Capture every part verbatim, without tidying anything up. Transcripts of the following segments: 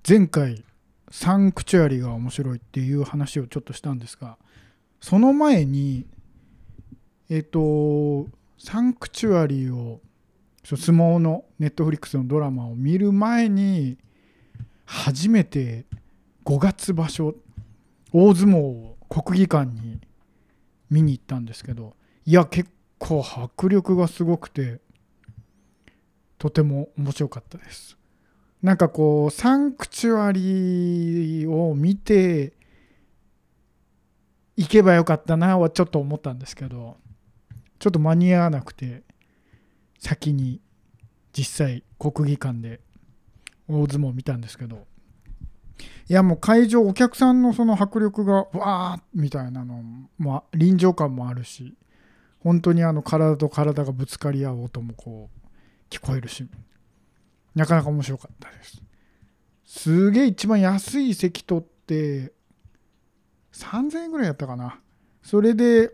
前回サンクチュアリが面白いっていう話をちょっとしたんですが、その前にえっとサンクチュアリを相撲のネットフリックスのドラマを見る前に初めてごがつ場所大相撲を国技館に見に行ったんですけど、いや結構迫力がすごくてとても面白かったです。なんかこうサンクチュアリを見て行けばよかったなはちょっと思ったんですけど、ちょっと間に合わなくて先に実際国技館で大相撲を見たんですけど、いやもう会場お客さんのその迫力がわーみたいなのも臨場感もあるし、本当にあの体と体がぶつかり合う音もこう聞こえるし、なかなか面白かったです。すげえ一番安い席取ってさんぜんえんぐらいやったかな。それで、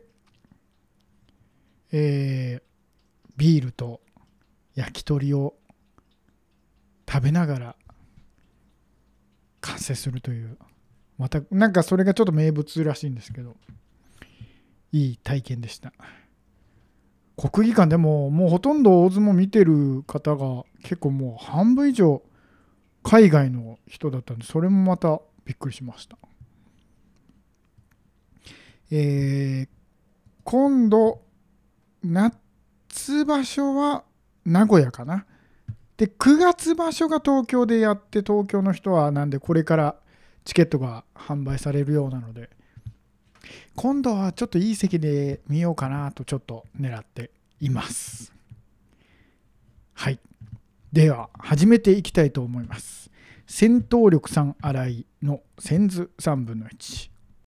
えー、ビールと焼き鳥を食べながら完成するという、またなんかそれがちょっと名物らしいんですけど、いい体験でした。国技館でももうほとんど大相撲見てる方が結構もう半分以上海外の人だったんで、それもまたびっくりしました。えー、今度夏場所は名古屋かな。でくがつ場所が東京でやって、東京の人はなんでこれからチケットが販売されるようなので、今度はちょっといい席で見ようかなとちょっと狙っています。はい、では始めていきたいと思います。戦闘力さん新井の千図さんぶんのいち。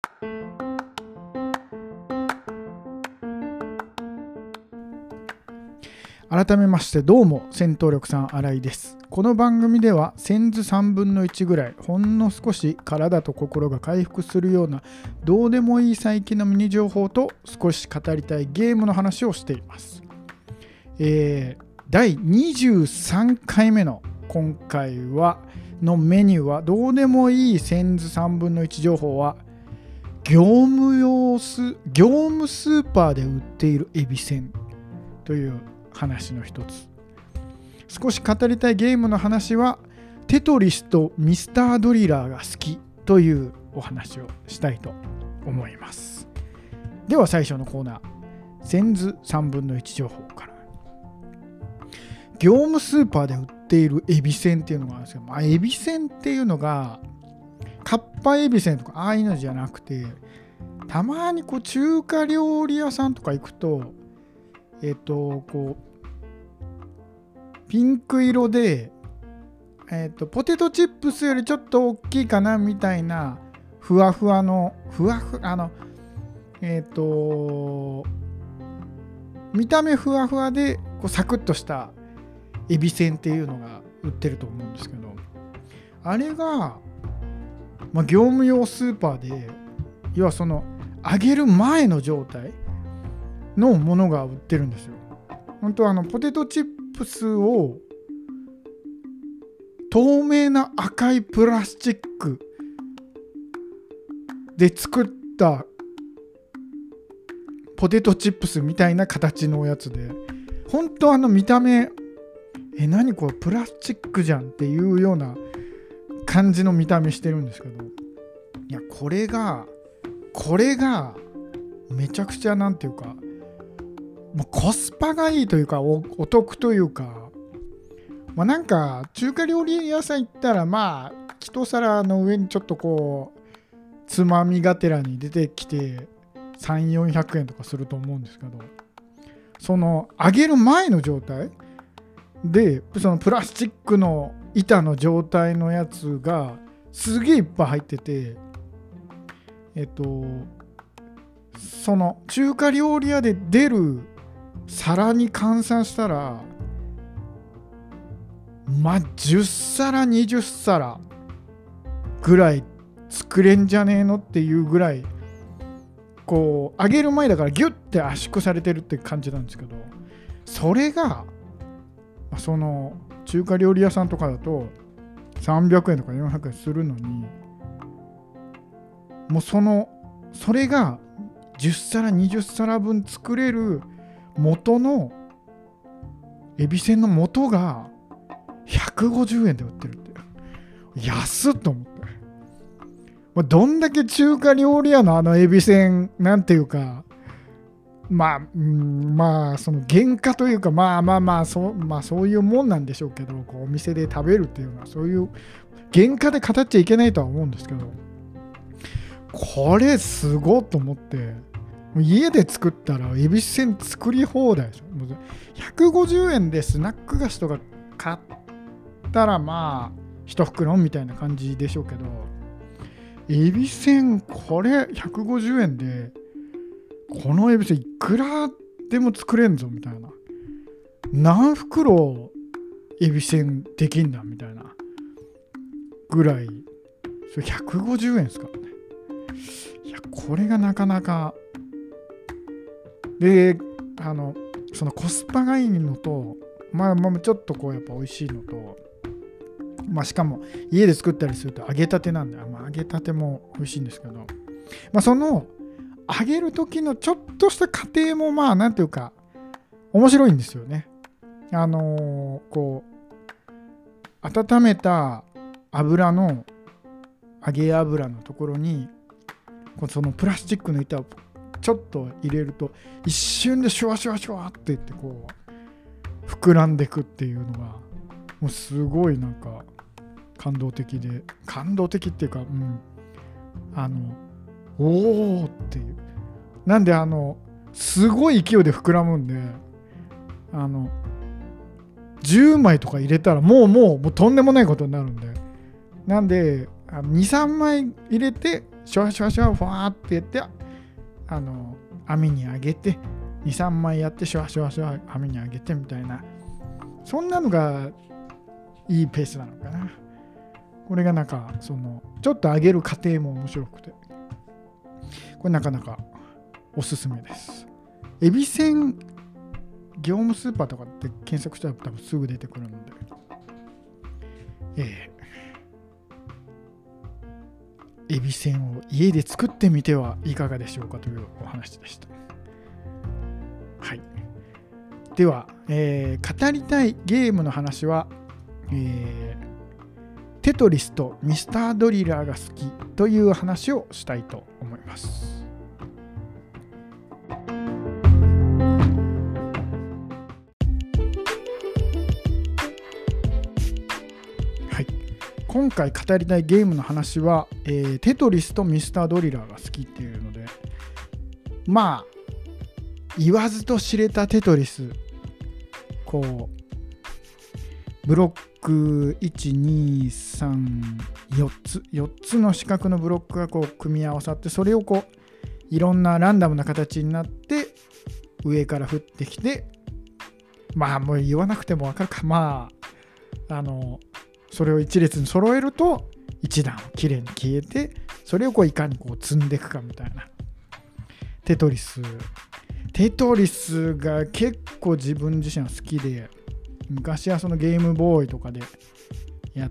改めましてどうも戦闘力さん新井です。この番組では千図さんぶんのいちぐらいほんの少し体と心が回復するようなどうでもいい最近のミニ情報と少し語りたいゲームの話をしています。えー、だいにじゅうさんかいめの今回はのメニューはどうでもいい千図さんぶんのいち情報は業務用ス業務スーパーで売っているエビせんという話の一つ。少し語りたいゲームの話はテトリスとミスタードリラーが好きというお話をしたいと思います。では最初のコーナー、千図さんぶんのいち情報から。業務スーパーで売っているエビせんっていうのがあるんですけど、まあ、エビせんっていうのがかっぱエビせんとかああいうのじゃなくて、たまにこう中華料理屋さんとか行くとえっとこうピンク色で、えっとポテトチップスよりちょっと大きいかなみたいなふわふわのふわふあのえっと見た目ふわふわでこうサクッとしたエビせんっていうのが売ってると思うんですけど、あれが、まあ、業務用スーパーで要はその揚げる前の状態のものが売ってるんですよ。本当はあのポテトチップスを透明な赤いプラスチックで作ったポテトチップスみたいな形のやつで、本当あの見た目え何これプラスチックじゃんっていうような感じの見た目してるんですけど、いやこれがこれがめちゃくちゃなんていうかもうコスパがいいというか お, お得というか、まあ、なんか中華料理屋さん行ったらまあ一皿の上にちょっとこうつまみがてらに出てきてさんびゃく、よんひゃくえんとかすると思うんですけど、その揚げる前の状態でそのプラスチックの板の状態のやつがすげえいっぱい入ってて、えっとその中華料理屋で出る皿に換算したらまあじゅっさらにじゅっさらぐらい作れんじゃねえのっていうぐらいこう揚げる前だからギュッて圧縮されてるって感じなんですけど、それがその中華料理屋さんとかだとさんびゃくえんとかよんひゃくえんするのに、もうそのそれがじゅっさらにじゅっさらぶん作れる元のエビせんの元がひゃくごじゅうえんで売ってるって、安っと思って、どんだけ中華料理屋のあのエビせんなんていうか、まあ、うん、まあその原価というか、まあまあまあそう、まあそういうもんなんでしょうけど、こうお店で食べるっていうのはそういう原価で語っちゃいけないとは思うんですけど、これすごいと思って、家で作ったらエビせん作り放題でしょ。ひゃくごじゅうえんでスナック菓子とか買ったらまあ一袋みたいな感じでしょうけど、エビせんこれひゃくごじゅうえんでこのエビせんいくらでも作れんぞみたいな、何袋エビせんできんだみたいなぐらい、それひゃくごじゅうえんですからね。いやこれがなかなかで、あのそのコスパがいいのと、まあまあちょっとこうやっぱ美味しいのと、まあしかも家で作ったりすると揚げたてなんで、まあ、揚げたても美味しいんですけど、まあその揚げる時のちょっとした過程もまあなんていうか面白いんですよね。あのー、こう温めた油の揚げ油のところにそのプラスチックの板をちょっと入れると一瞬でシュワシュワシュワっていってこう膨らんでくっていうのがもうすごいなんか感動的で、感動的っていうか、うん、あのおーっていう、なんであのすごい勢いで膨らむんで、あのじゅうまいとか入れたらもうもうもうとんでもないことになるんで、なんでにさんまい入れてシュワシュワシュワファーってやってあの網にあげてにさんまいやってシュワシュワシュワ網にあげてみたいな、そんなのがいいペースなのかな。これがなんかそのちょっと揚げる過程も面白くて、これなかなかおすすめです。エビせん業務スーパーとかって検索したら多分すぐ出てくるので、えー、エビせんを家で作ってみてはいかがでしょうかというお話でした。はい。では、えー、語りたいゲームの話は、えー、テトリスとミスタードリラーが好きという話をしたいと思います。はい。今回語りたいゲームの話は、えー、テトリスとミスタードリラーが好きっていうので、まあ言わずと知れたテトリス、こうブロックいち、に、さん、よっつよっつの四角のブロックがこう組み合わさって、それをこういろんなランダムな形になって上から降ってきて、まあもう言わなくても分かるか、まああのそれを一列に揃えると一段きれいに消えて、それをこういかにこう積んでいくかみたいなテトリス。テトリスが結構自分自身は好きで、昔はそのゲームボーイとかでやって、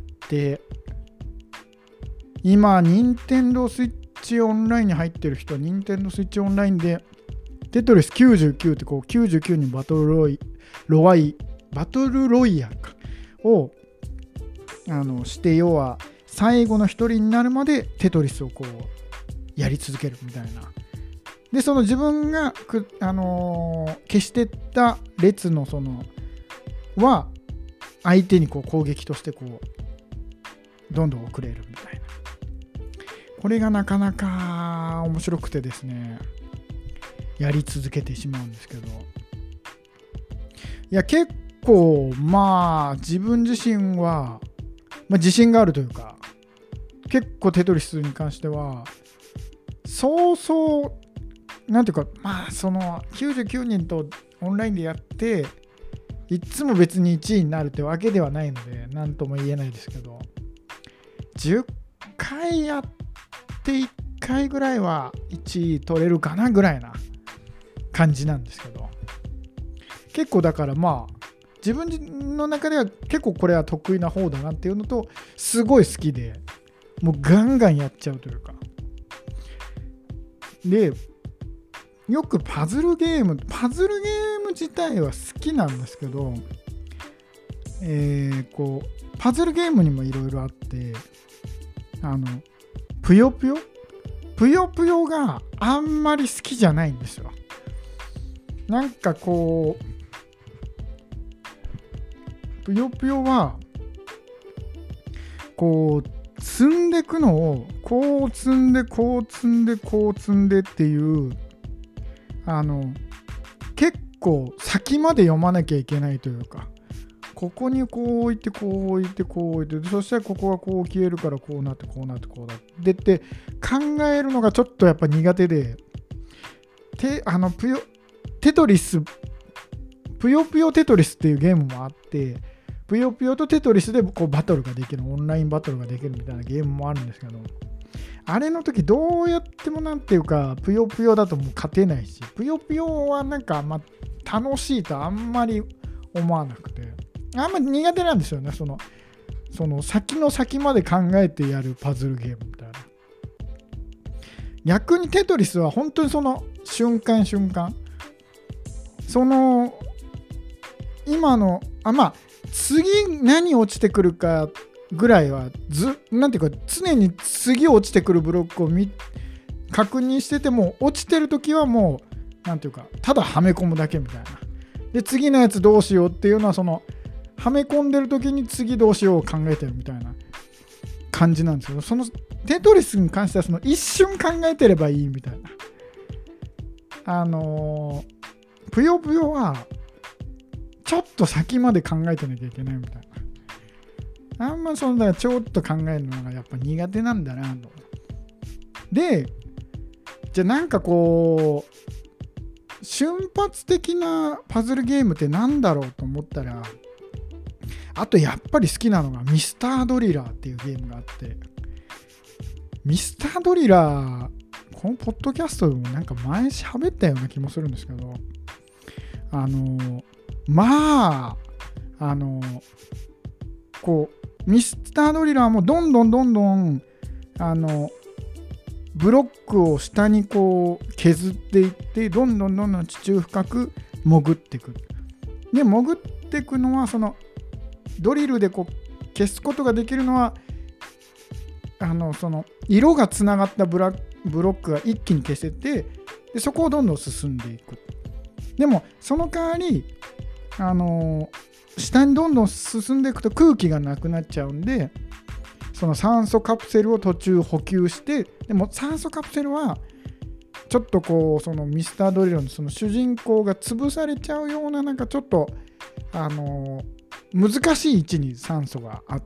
今任天堂スイッチオンラインに入ってる人は任天堂スイッチオンラインでテトリスきゅうじゅうきゅうってこうきゅうじゅうきゅうにんバトルロイロワイバトルロイヤルかをあのして、要は最後の一人になるまでテトリスをこうやり続けるみたいな。でその自分がく、あのー、消してった列のそのは相手にこう攻撃としてこうどんどん送れるみたいな。これがなかなか面白くてですね、やり続けてしまうんですけど、いや結構まあ自分自身は、まあ、自信があるというか、結構テトリスに関してはそうそうなんていうか、まあそのきゅうじゅうきゅうにんとオンラインでやっていつも別にいちいになるってわけではないので何とも言えないですけど、じゅっかいやっていっかいぐらいはいちい取れるかなぐらいな感じなんですけど、結構だからまあ自分の中では結構これは得意な方だなっていうのと、すごい好きでもうガンガンやっちゃうというか。でよくパズルゲームパズルゲーム自体は好きなんですけど、えー、こうパズルゲームにもいろいろあって、あのぷよぷよぷよぷよがあんまり好きじゃないんですよ。なんかこうぷよぷよはこう積んでくのをこう積んでこう積んでこう積んでっていう、あの結構先まで読まなきゃいけないというか、ここにこう置いてこう置いてこう置いて、そしたらここがこう消えるからこうなってこうなってこうなってって考えるのがちょっとやっぱ苦手で、てあのぷよテトリスぷよぷよテトリスっていうゲームもあって、ぷよぷよとテトリスでこうバトルができる、オンラインバトルができるみたいなゲームもあるんですけど、あれの時どうやってもなんていうかぷよぷよだともう勝てないし、ぷよぷよはなんかあんま楽しいとあんまり思わなくて、あんま苦手なんですよね。そのその先の先まで考えてやるパズルゲームみたいな。逆にテトリスは本当にその瞬間瞬間、その今のあまあ次何落ちてくるかぐらいはずなんていうか常に次落ちてくるブロックを見確認してても、落ちてる時はもうなんていうかただはめ込むだけみたいな。で次のやつどうしようっていうのはそのはめ込んでる時に次どうしようを考えてるみたいな感じなんですけど、そのテトリスに関してはその一瞬考えてればいいみたいな。あのー、ぷよぷよはちょっと先まで考えてなきゃいけないみたいな。あんまそんなちょっと考えるのがやっぱ苦手なんだなと。で、じゃあなんかこう瞬発的なパズルゲームってなんだろうと思ったら、あとやっぱり好きなのがミスタードリラーっていうゲームがあって、ミスタードリラーこのポッドキャストでもなんか前喋ったような気もするんですけど、あのまああのこうミスタードリラーもどんどんどんどんあのブロックを下にこう削っていって、どんどんどんどん地中深く潜っていく。で潜っていくのはそのドリルでこう消すことができるのは、あのその色がつながったブラブロックが一気に消せて、でそこをどんどん進んでいく。でもその代わりあの下にどんどん進んでいくと空気がなくなっちゃうんで、その酸素カプセルを途中補給して、でも酸素カプセルはちょっとこうそのミスタードリルのその主人公が潰されちゃうような、なんかちょっとあの難しい位置に酸素があって、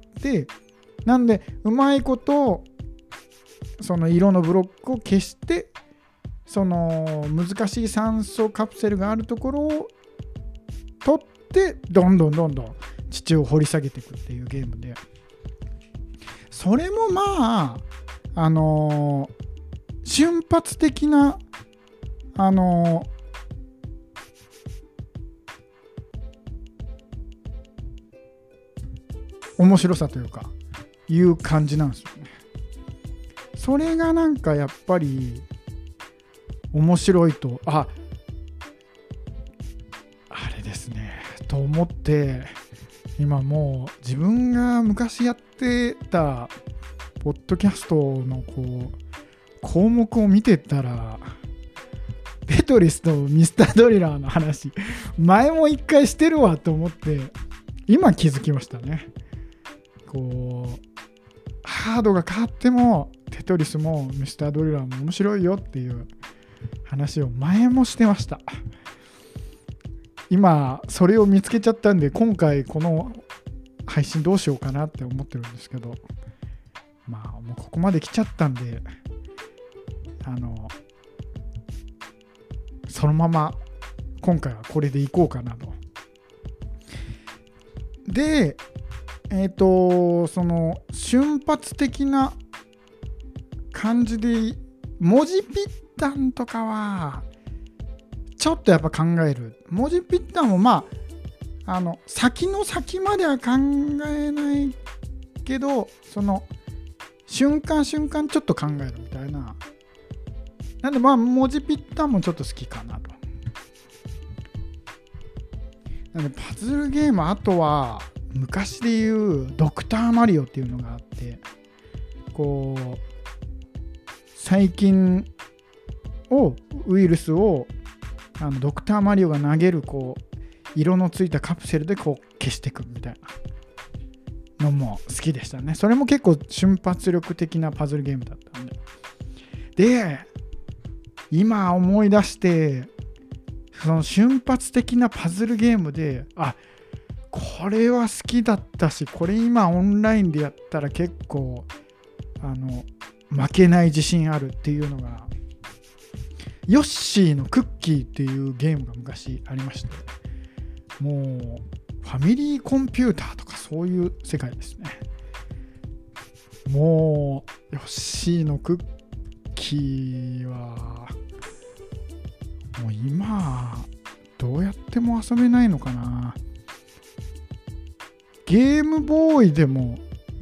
なんでうまいことその色のブロックを消して、その難しい酸素カプセルがあるところを取ってどんどんどんどん地中を掘り下げていくっていうゲームで、それもまああのー、瞬発的なあのー、面白さというかいう感じなんですよね。それがなんかやっぱり面白いと、ああれですねと思って、今もう自分が昔やってたポッドキャストのこう項目を見てたら、テトリスとミスタードリラーの話前も一回してるわと思って今気づきましたね。こうハードが変わってもテトリスもミスタードリラーも面白いよっていう話を前もしてました。今それを見つけちゃったんで、今回この配信どうしようかなって思ってるんですけど、まあもうここまで来ちゃったんで、あのそのまま今回はこれでいこうかなと。でえっとその瞬発的な感じで文字ピッタンとかはちょっとやっぱ考える。文字ピッタンもまあの先の先までは考えないけど、その瞬間瞬間ちょっと考えるみたいな。なんでまあ文字ピッタもちょっと好きかなと。なんでパズルゲーム、あとは昔でいうドクターマリオっていうのがあって、こう細菌をウイルスをあのドクターマリオが投げるこう色のついたカプセルでこう消していくみたいなのも好きでしたね。それも結構瞬発力的なパズルゲームだったんで。で、今思い出してその瞬発的なパズルゲームで、あ、これは好きだったし、これ今オンラインでやったら結構あの負けない自信あるっていうのが、ヨッシーのクッキーっていうゲームが昔ありまして、もうファミリーコンピューターとかそういう世界ですね。もうヨッシーのクッキーはもう今どうやっても遊べないのかな。ゲームボーイでも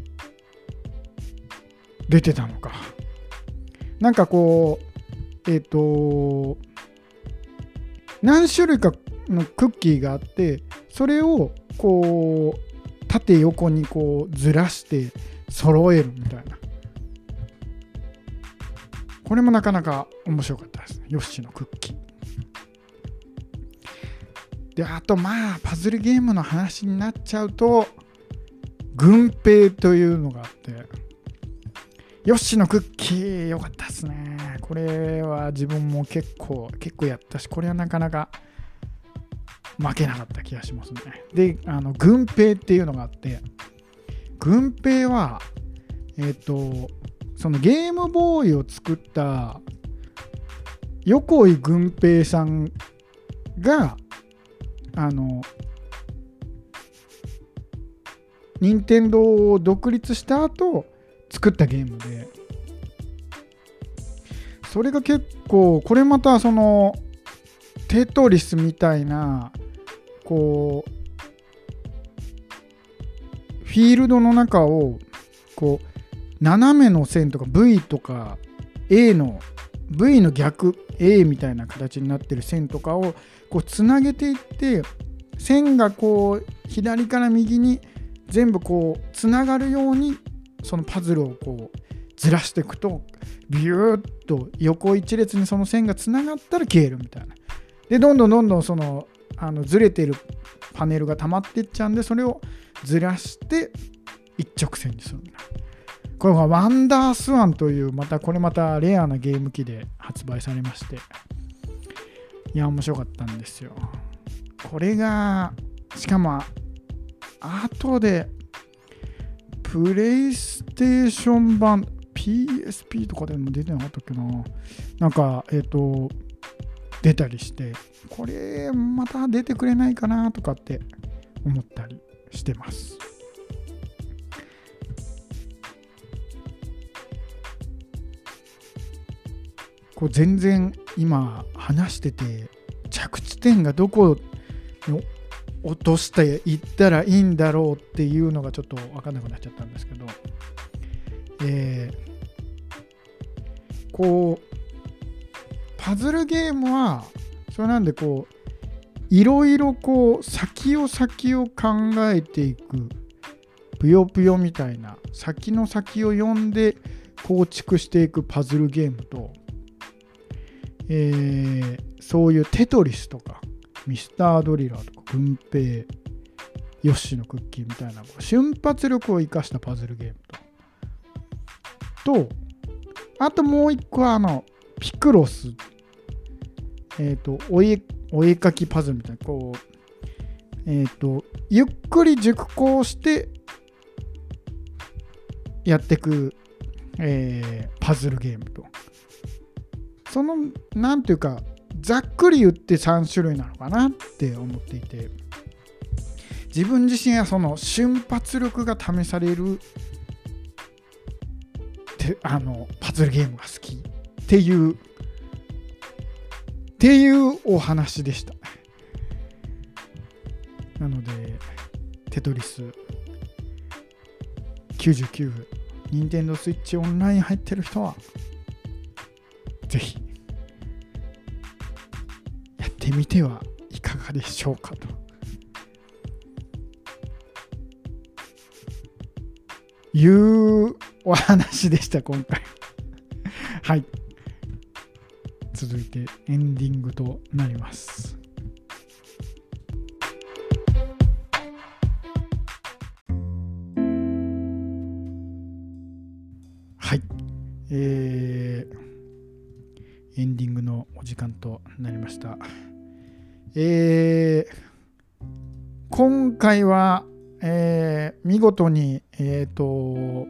出てたのか。なんかこうえっと何種類かのクッキーがあって、それをこう縦横にこうずらして揃えるみたいな。これもなかなか面白かったですね、ヨッシーのクッキー。で、あとまあパズルゲームの話になっちゃうと、軍兵というのがあって、ヨッシーのクッキー良かったですね。これは自分も結構結構やったし、これはなかなか負けなかった気がしますね。で、あの軍兵っていうのがあって、軍兵はえっとそのゲームボーイを作った横井軍兵さんがあの任天堂を独立した後作ったゲームで、それが結構これまたそのテトリスみたいなこうフィールドの中をこう斜めの線とか V とか A の V の逆 A みたいな形になってる線とかをこうつなげていって、線がこう左から右に全部こうつながるようにそのパズルをこうずらしていくと、ビューッと横一列にその線がつながったら消えるみたいな。でどんどんどんどんそのあのずれてるパネルが溜まっていっちゃうんで、それをずらして一直線にする。これがワンダースワンという、またこれまたレアなゲーム機で発売されまして、いや面白かったんですよ。これがしかも後でプレイステーション版 ピーエスピー とかでも出てなかったっけな、なんかえっと出たりして、これまた出てくれないかなとかって思ったりしてます。こう全然今話してて着地点がどこに落としていったらいいんだろうっていうのがちょっと分かんなくなっちゃったんですけど、えー、こうパズルゲームはそれなんでこういろいろこう先を先を考えていくぷよぷよみたいな先の先を読んで構築していくパズルゲームと、えー、そういうテトリスとかミスタードリラーとか軍兵ヨッシーのクッキーみたいな瞬発力を生かしたパズルゲームととあともう一個はあのピクロス、えっとお絵お絵描きパズルみたいなこうえっとゆっくり熟考してやっていく、えー、パズルゲームと、そのなんていうかざっくり言ってさん種類なのかなって思っていて、自分自身はその瞬発力が試されるてあのパズルゲームが好きっていうっていうお話でした。 なのでテトリスきゅうじゅうきゅう部、任天堂スイッチオンライン入ってる人はぜひやってみてはいかがでしょうかというお話でした今回はい、続いてエンディングとなります。はい、えー、エンディングのお時間となりました。えー、今回は、えー、見事にえっと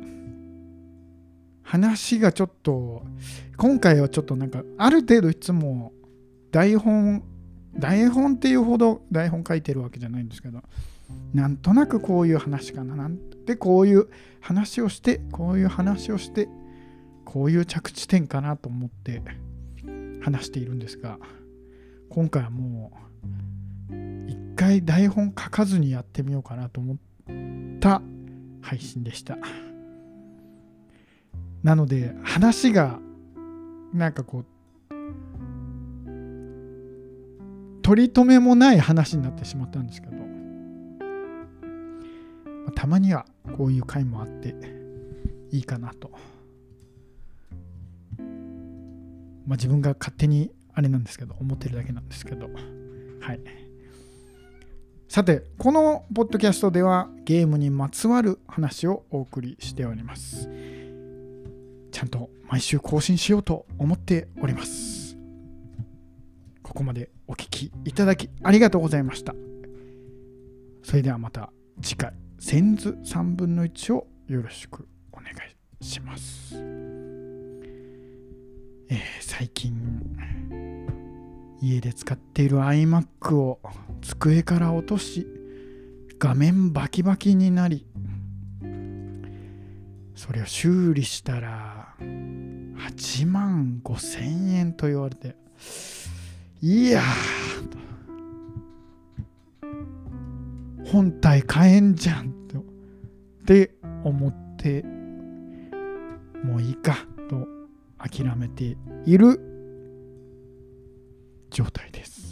話がちょっと今回はちょっとなんかある程度いつも台本台本っていうほど台本書いてるわけじゃないんですけど、なんとなくこういう話かな、なんでこういう話をしてこういう話をしてこういう着地点かなと思って話しているんですが、今回はもう一回台本書かずにやってみようかなと思った配信でした。なので話がなんかこう取り留めもない話になってしまったんですけど、たまにはこういう回もあっていいかなと、まあ自分が勝手にあれなんですけど思ってるだけなんですけど、はい。さてこのポッドキャストではゲームにまつわる話をお送りしております。ちゃんと毎週更新しようと思っております。ここまでお聞きいただきありがとうございました。それではまた次回センズさんぶんのいちをよろしくお願いします。えー、最近家で使っている iMac を机から落とし画面バキバキになり、それを修理したらはちまんごせんえんと言われて、いやー本体買えんじゃんとって思ってもういいかと諦めている状態です。